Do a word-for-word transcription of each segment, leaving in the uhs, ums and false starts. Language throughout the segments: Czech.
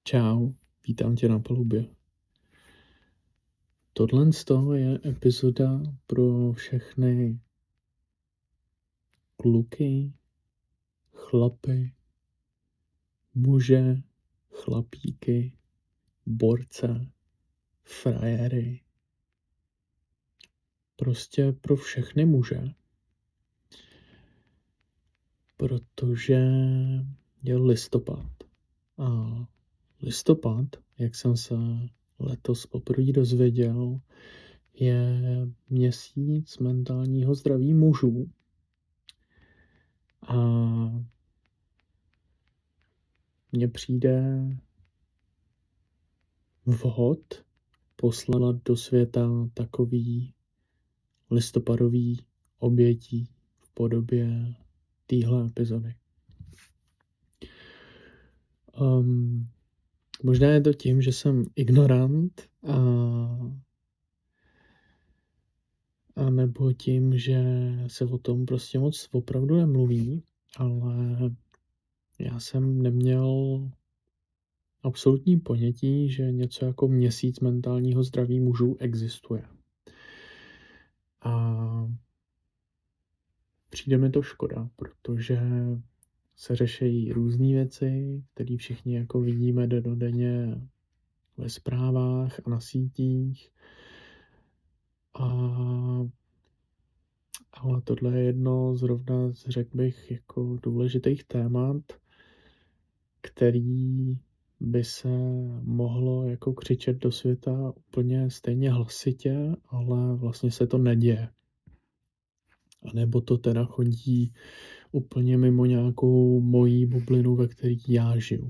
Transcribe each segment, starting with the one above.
Čau, vítám tě na palubě. Tohle je epizoda pro všechny kluky, chlapy, muže, chlapíky, borce, frajery. Prostě pro všechny muže. Protože je listopad. A listopad, jak jsem se letos poprvé dozvěděl, je měsíc mentálního zdraví mužů. A mně přijde vhod poslat do světa takový listopadový obětí v podobě téhle epizody. Um, možná je to tím, že jsem ignorant a, a nebo tím, že se o tom prostě moc opravdu nemluví, ale já jsem neměl absolutní ponětí, že něco jako měsíc mentálního zdraví mužů existuje. A přijde mi to škoda, protože se řeší různé věci, které všichni jako vidíme dennodenně ve zprávách a na sítích. A, ale tohle je jedno zrovna, řekl bych, jako důležitých témat, který by se mohlo jako křičet do světa úplně stejně hlasitě, ale vlastně se to neděje. A nebo to teda chodí úplně mimo nějakou mojí bublinu, ve které já žiju.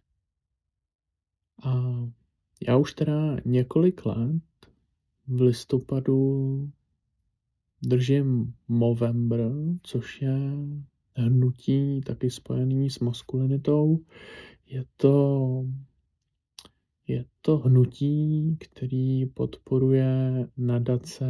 A já už teda několik let v listopadu držím Movember, což je hnutí taky spojený s maskulinitou. Je to, je to hnutí, který podporuje nadace,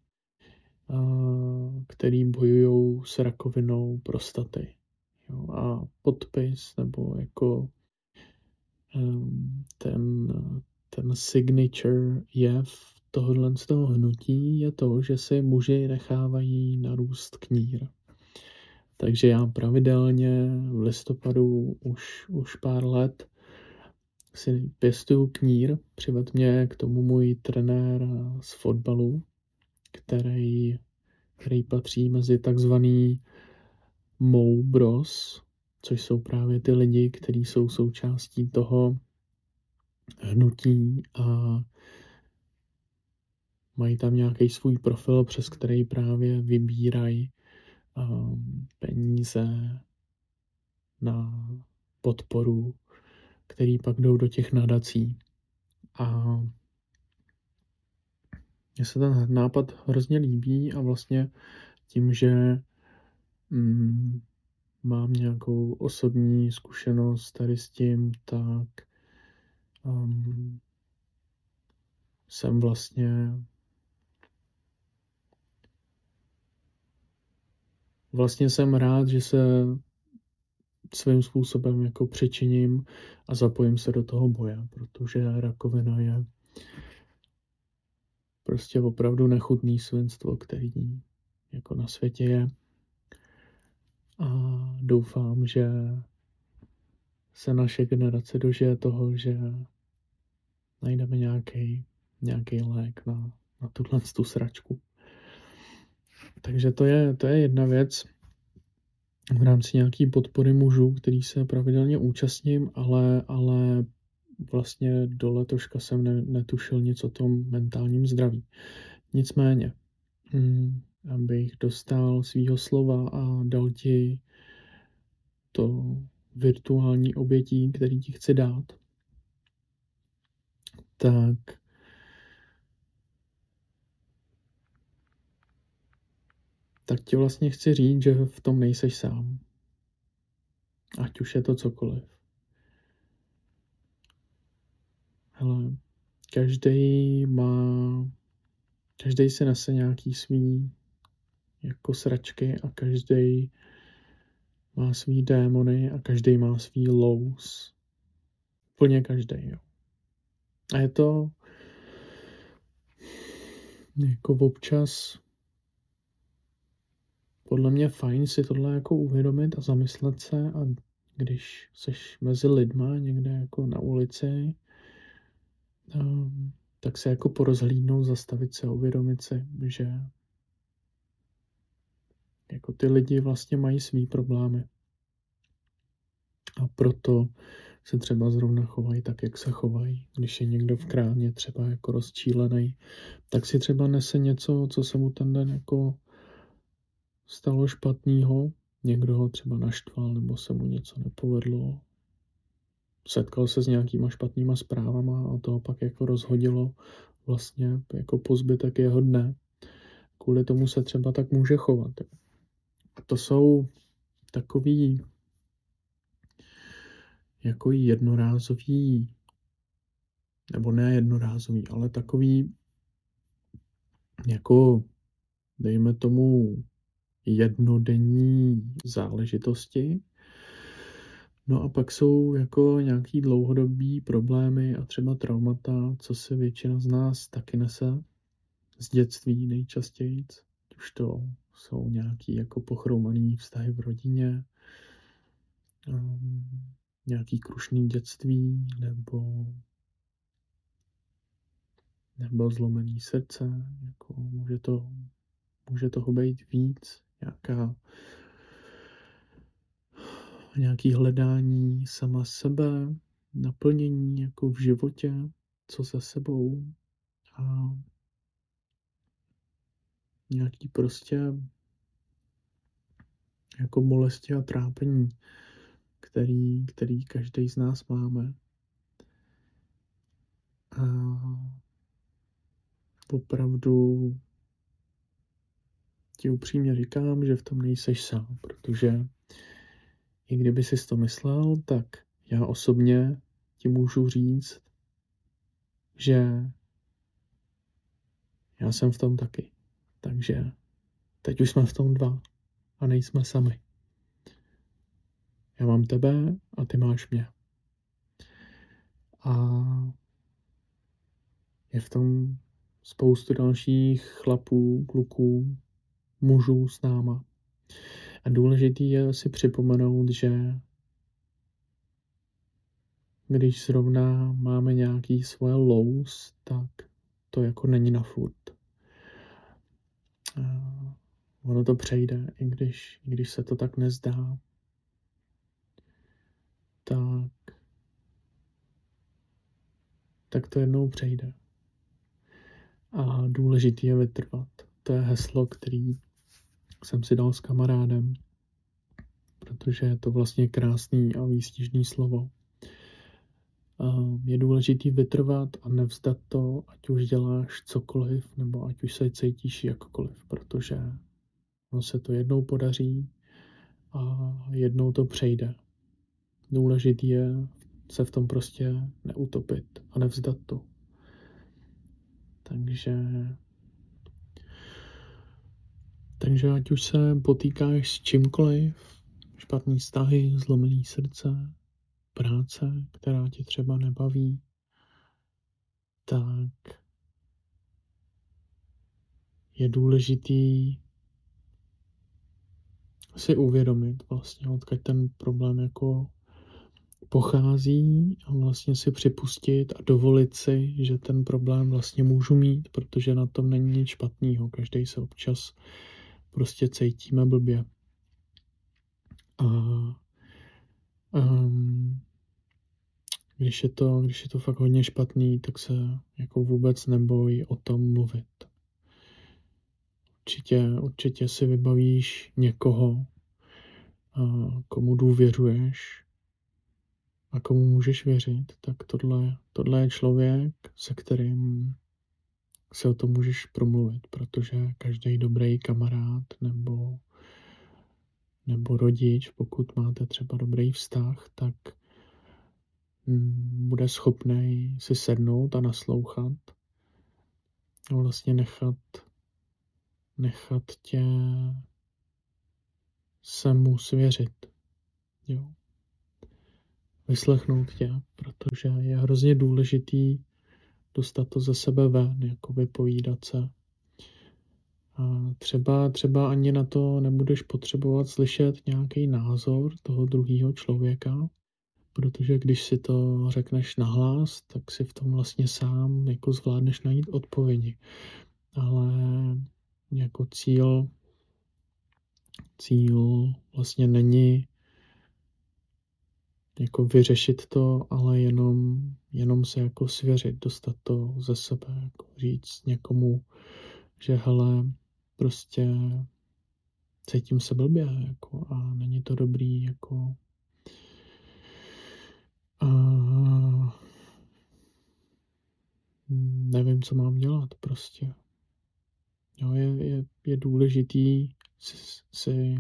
který bojují s rakovinou prostaty. Jo, a podpis nebo jako um, ten, ten signature jev tohohle z toho hnutí je to, že si muži nechávají narůst knír. Takže já pravidelně v listopadu už, už pár let si pěstuju knír. Přived mě k tomu můj trenér z fotbalu, který, který patří mezi takzvaný Mou Bros, což jsou právě ty lidi, kteří jsou součástí toho hnutí a mají tam nějaký svůj profil, přes který právě vybírají um, peníze na podporu, který pak jdou do těch nadací. A mně se ten nápad hrozně líbí a vlastně tím, že mm, mám nějakou osobní zkušenost tady s tím, tak um, jsem vlastně vlastně jsem rád, že se svým způsobem jako přičiním a zapojím se do toho boje, protože rakovina je prostě opravdu nechutný svinstvo, který jako na světě je. A doufám, že se naše generace dožije toho, že najdeme nějaký nějaký lék na, na tuhle tu sračku. Takže to je, to je jedna věc v rámci nějaký podpory mužů, který se pravidelně účastním, ale, ale vlastně do letoška jsem ne, netušil nic o tom mentálním zdraví. Nicméně, hm, abych dostal svýho slova a dal ti to virtuální obětí, který ti chci dát, tak tak ti vlastně chci říct, že v tom nejseš sám. Ať už je to cokoliv. Hele, každý má, každý si nese nějaký svý jako sračky a každý má svý démony a každý má svý lows. Úplně každý, jo. A je to jako občas podle mě fajn si tohle jako uvědomit a zamyslet se, a když seš mezi lidma někde jako na ulici, um, tak se jako porozhlídnout, zastavit se a uvědomit si, že jako ty lidi vlastně mají svý problémy. A proto se třeba zrovna chovají tak, jak se chovají. Když je někdo v krámě třeba jako rozčílený, tak si třeba nese něco, co se mu ten den jako stalo špatného. Někdo ho třeba naštval, nebo se mu něco nepovedlo. Setkal se s nějakýma špatnýma zprávama a toho pak jako rozhodilo vlastně jako po zbytek jeho dne. Kvůli tomu se třeba tak může chovat. A to jsou takový jako jednorázový, nebo ne jednorázový, ale takový jako dejme tomu jednodenní záležitosti. No a pak jsou jako nějaký dlouhodobý problémy a třeba traumata, co se většina z nás taky nese z dětství nejčastěji. Už to jsou nějaký jako pochromaný vztahy v rodině, um, nějaký krušný dětství, nebo nebo zlomený srdce, jako může to, může toho být víc, nějaká nějaký hledání sama sebe, naplnění jako v životě, co se sebou, a nějaký prostě jako bolesti a trápení, který, který každý z nás máme. A opravdu ti upřímně říkám, že v tom nejseš sám, protože i kdyby jsi to myslel, tak já osobně ti můžu říct, že já jsem v tom taky. Takže teď už jsme v tom dva a nejsme sami. Já mám tebe a ty máš mě. A je v tom spoustu dalších chlapů, kluků, mužů s náma. A důležitý je si připomenout, že když zrovna máme nějaký svoje lows, tak to jako není na furt. A ono to přejde, i když, i když se to tak nezdá. Tak, tak to jednou přejde. A důležitý je vytrvat. To je heslo, který jsem si dal s kamarádem, protože je to vlastně krásný a výstižný slovo. Je důležitý vytrvat a nevzdat to, ať už děláš cokoliv, nebo ať už se cítíš jakkoliv, protože ono se to jednou podaří a jednou to přejde. Důležitý je se v tom prostě neutopit a nevzdat to. Takže takže ať už se potýkáš s čímkoliv, špatný vztahy, zlomený srdce, práce, která tě třeba nebaví, tak je důležitý si uvědomit vlastně, odkud ten problém jako pochází, a vlastně si připustit a dovolit si, že ten problém vlastně můžu mít, protože na tom není nic špatného. Každý se občas prostě cítíme blbě. A um, když je to, když je to fakt hodně špatný, tak se jako vůbec neboj o tom mluvit. Určitě, určitě si vybavíš někoho, komu důvěřuješ a komu můžeš věřit, tak tohle, tohle je člověk, se kterým se o tom můžeš promluvit, protože každý dobrý kamarád nebo, nebo rodič, pokud máte třeba dobrý vztah, tak bude schopný si sednout a naslouchat a vlastně nechat, nechat tě se mu svěřit. Jo. vyslechnout tě, protože je hrozně důležitý dostat to ze sebe ven, jako vypovídat se. A třeba, třeba ani na to nebudeš potřebovat slyšet nějaký názor toho druhého člověka, protože když si to řekneš nahlas, tak si v tom vlastně sám jako zvládneš najít odpovědi. Ale jako cíl, cíl vlastně není jako vyřešit to, ale jenom, jenom se jako svěřit, dostat to ze sebe, jako říct někomu, že hele, prostě cítím se blbě, jako, a není to dobrý, jako a nevím, co mám dělat, prostě. Jo, je, je, je důležitý si, si,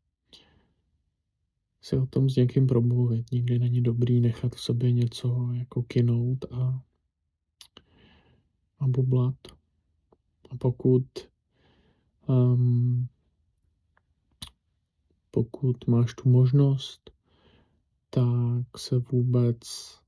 si o tom s někým promluvit. Nikdy není dobrý nechat v sobě něco jako kinout a, a bublat. A pokud um, pokud máš tu možnost, tak se vůbec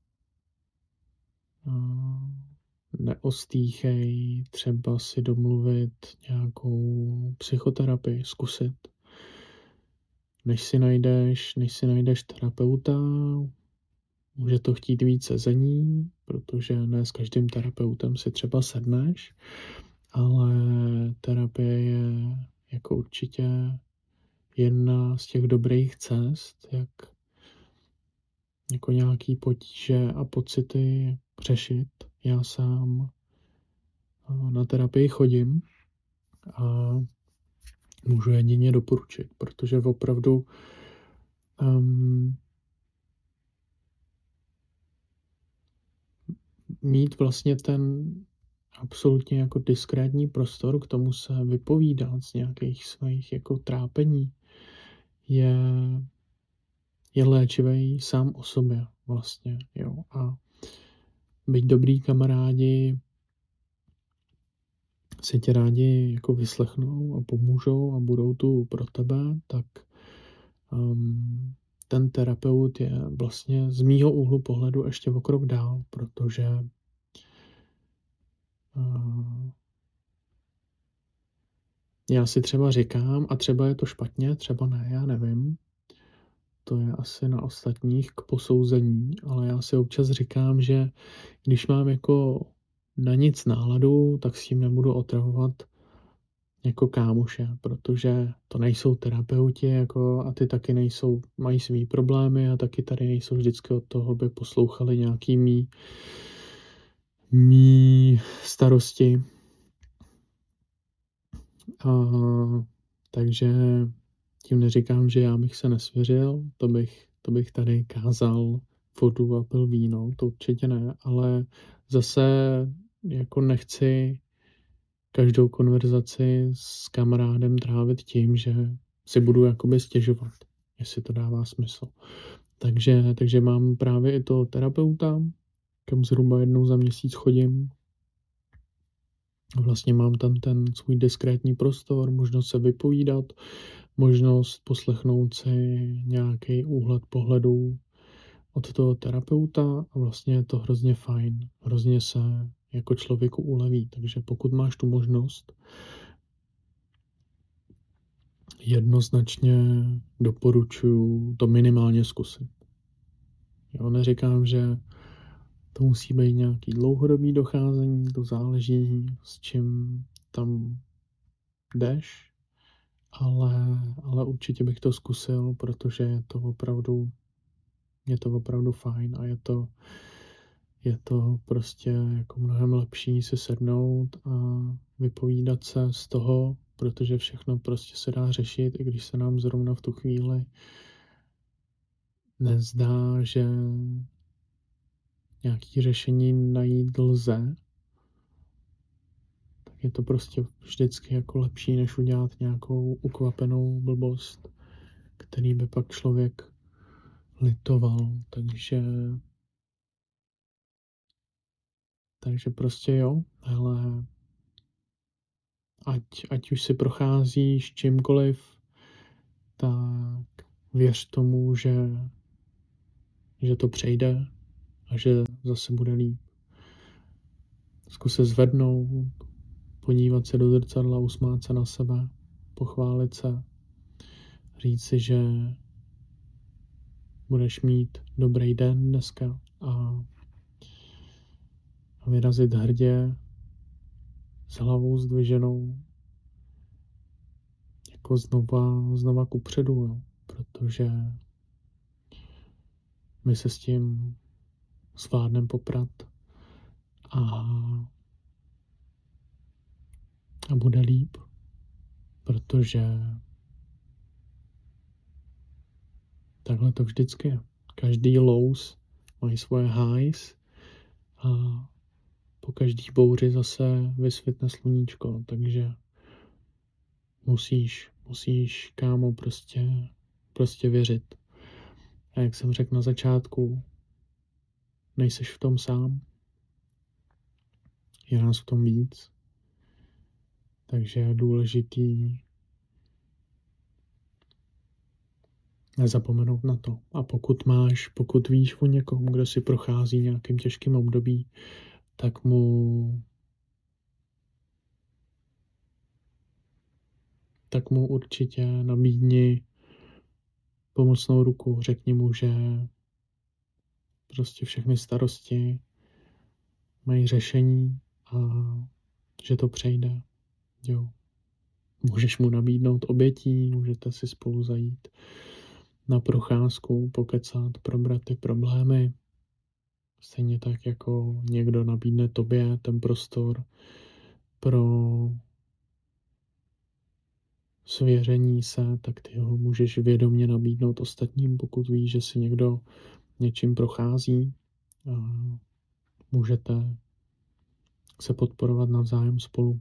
uh, neostýchej třeba si domluvit nějakou psychoterapii, zkusit. Než si najdeš, než si najdeš terapeuta, může to chtít víc sezení, protože ne s každým terapeutem si třeba sedneš, ale terapie je jako určitě jedna z těch dobrých cest, jak jako nějaký potíže a pocity řešit. Já sám na terapii chodím a můžu jedině doporučit, protože opravdu um, mít vlastně ten absolutně jako diskrétní prostor k tomu se vypovídat z nějakých svých jako trápení je, je léčivý sám o sobě vlastně, jo. A být dobrý kamarádi si tě rádi jako vyslechnou a pomůžou a budou tu pro tebe, tak um, ten terapeut je vlastně z mýho úhlu pohledu ještě o krok dál, protože uh, já si třeba říkám, a třeba je to špatně, třeba ne, já nevím, to je asi na ostatních k posouzení, ale já si občas říkám, že když mám jako na nic náladu, tak s tím nebudu otravovat jako kámoše, protože to nejsou terapeuti jako, a ty taky nejsou, mají svý problémy a taky tady nejsou vždycky od toho, aby poslouchali nějaký mý, mý starosti. A, takže tím neříkám, že já bych se nesvěřil, to bych, to bych tady kázal vodu a pil víno, to určitě ne, ale zase jako nechci každou konverzaci s kamarádem trávit tím, že si budu jakoby stěžovat, jestli to dává smysl. Takže, takže mám právě i toho terapeuta, kam zhruba jednou za měsíc chodím. Vlastně mám tam ten svůj diskrétní prostor, možnost se vypovídat, možnost poslechnout si nějaký úhled pohledu od toho terapeuta a vlastně je to hrozně fajn. Hrozně se jako člověku uleví, takže pokud máš tu možnost, jednoznačně doporučuji to minimálně zkusit. Jo, neříkám, že to musí být nějaký dlouhodobý docházení, to záleží, s čím tam jdeš, ale, ale určitě bych to zkusil, protože je to opravdu, je to opravdu fajn a je to, je to prostě jako mnohem lepší si sednout a vypovídat se z toho, protože všechno prostě se dá řešit, i když se nám zrovna v tu chvíli nezdá, že nějaké řešení najít lze, tak je to prostě vždycky jako lepší, než udělat nějakou ukvapenou blbost, který by pak člověk litoval. Takže takže prostě jo, ale ať, ať už si procházíš čímkoliv, tak věř tomu, že že to přejde a že zase bude líp. Zkus se zvednout, podívat se do zrcadla, usmát se na sebe, pochválit se, říct si, že budeš mít dobrý den dneska a vyrazit hrdě s hlavou zdviženou jako znova, znova kupředu, jo. Protože my se s tím zvládneme poprat a, a bude líp, protože takhle to vždycky je. Každý lows mají svoje highs a po každý bouři zase vysvětne sluníčko, takže musíš, musíš, kámo, prostě, prostě věřit. A jak jsem řekl na začátku, nejseš v tom sám, je nás v tom víc, takže je důležitý nezapomenout na to. A pokud máš, pokud víš o někom, kdo si prochází nějakým těžkým období, tak mu tak mu určitě nabídni pomocnou ruku. Řekni mu, že prostě všechny starosti mají řešení a že to přejde. Jo. Můžeš mu nabídnout obětí, můžete si spolu zajít na procházku, pokecat, probrat ty problémy. Stejně tak, jako někdo nabídne tobě ten prostor pro svěření se, tak ty ho můžeš vědomě nabídnout ostatním, pokud víš, že si někdo něčím prochází. A můžete se podporovat navzájem spolu.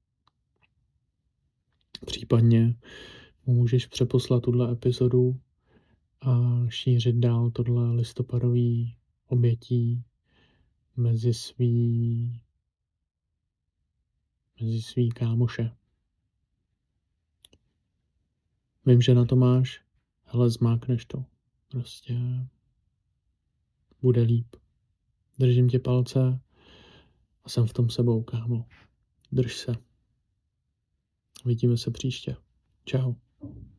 Případně mu můžeš přeposlat tuhle epizodu a šířit dál tohle listopadový obětí mezi svý mezi svý kámoše. Vím, že na to máš, hele, zmákneš to. Prostě bude líp. Držím tě palce a jsem v tom sebou, kámo. Drž se. Vidíme se příště. Čau.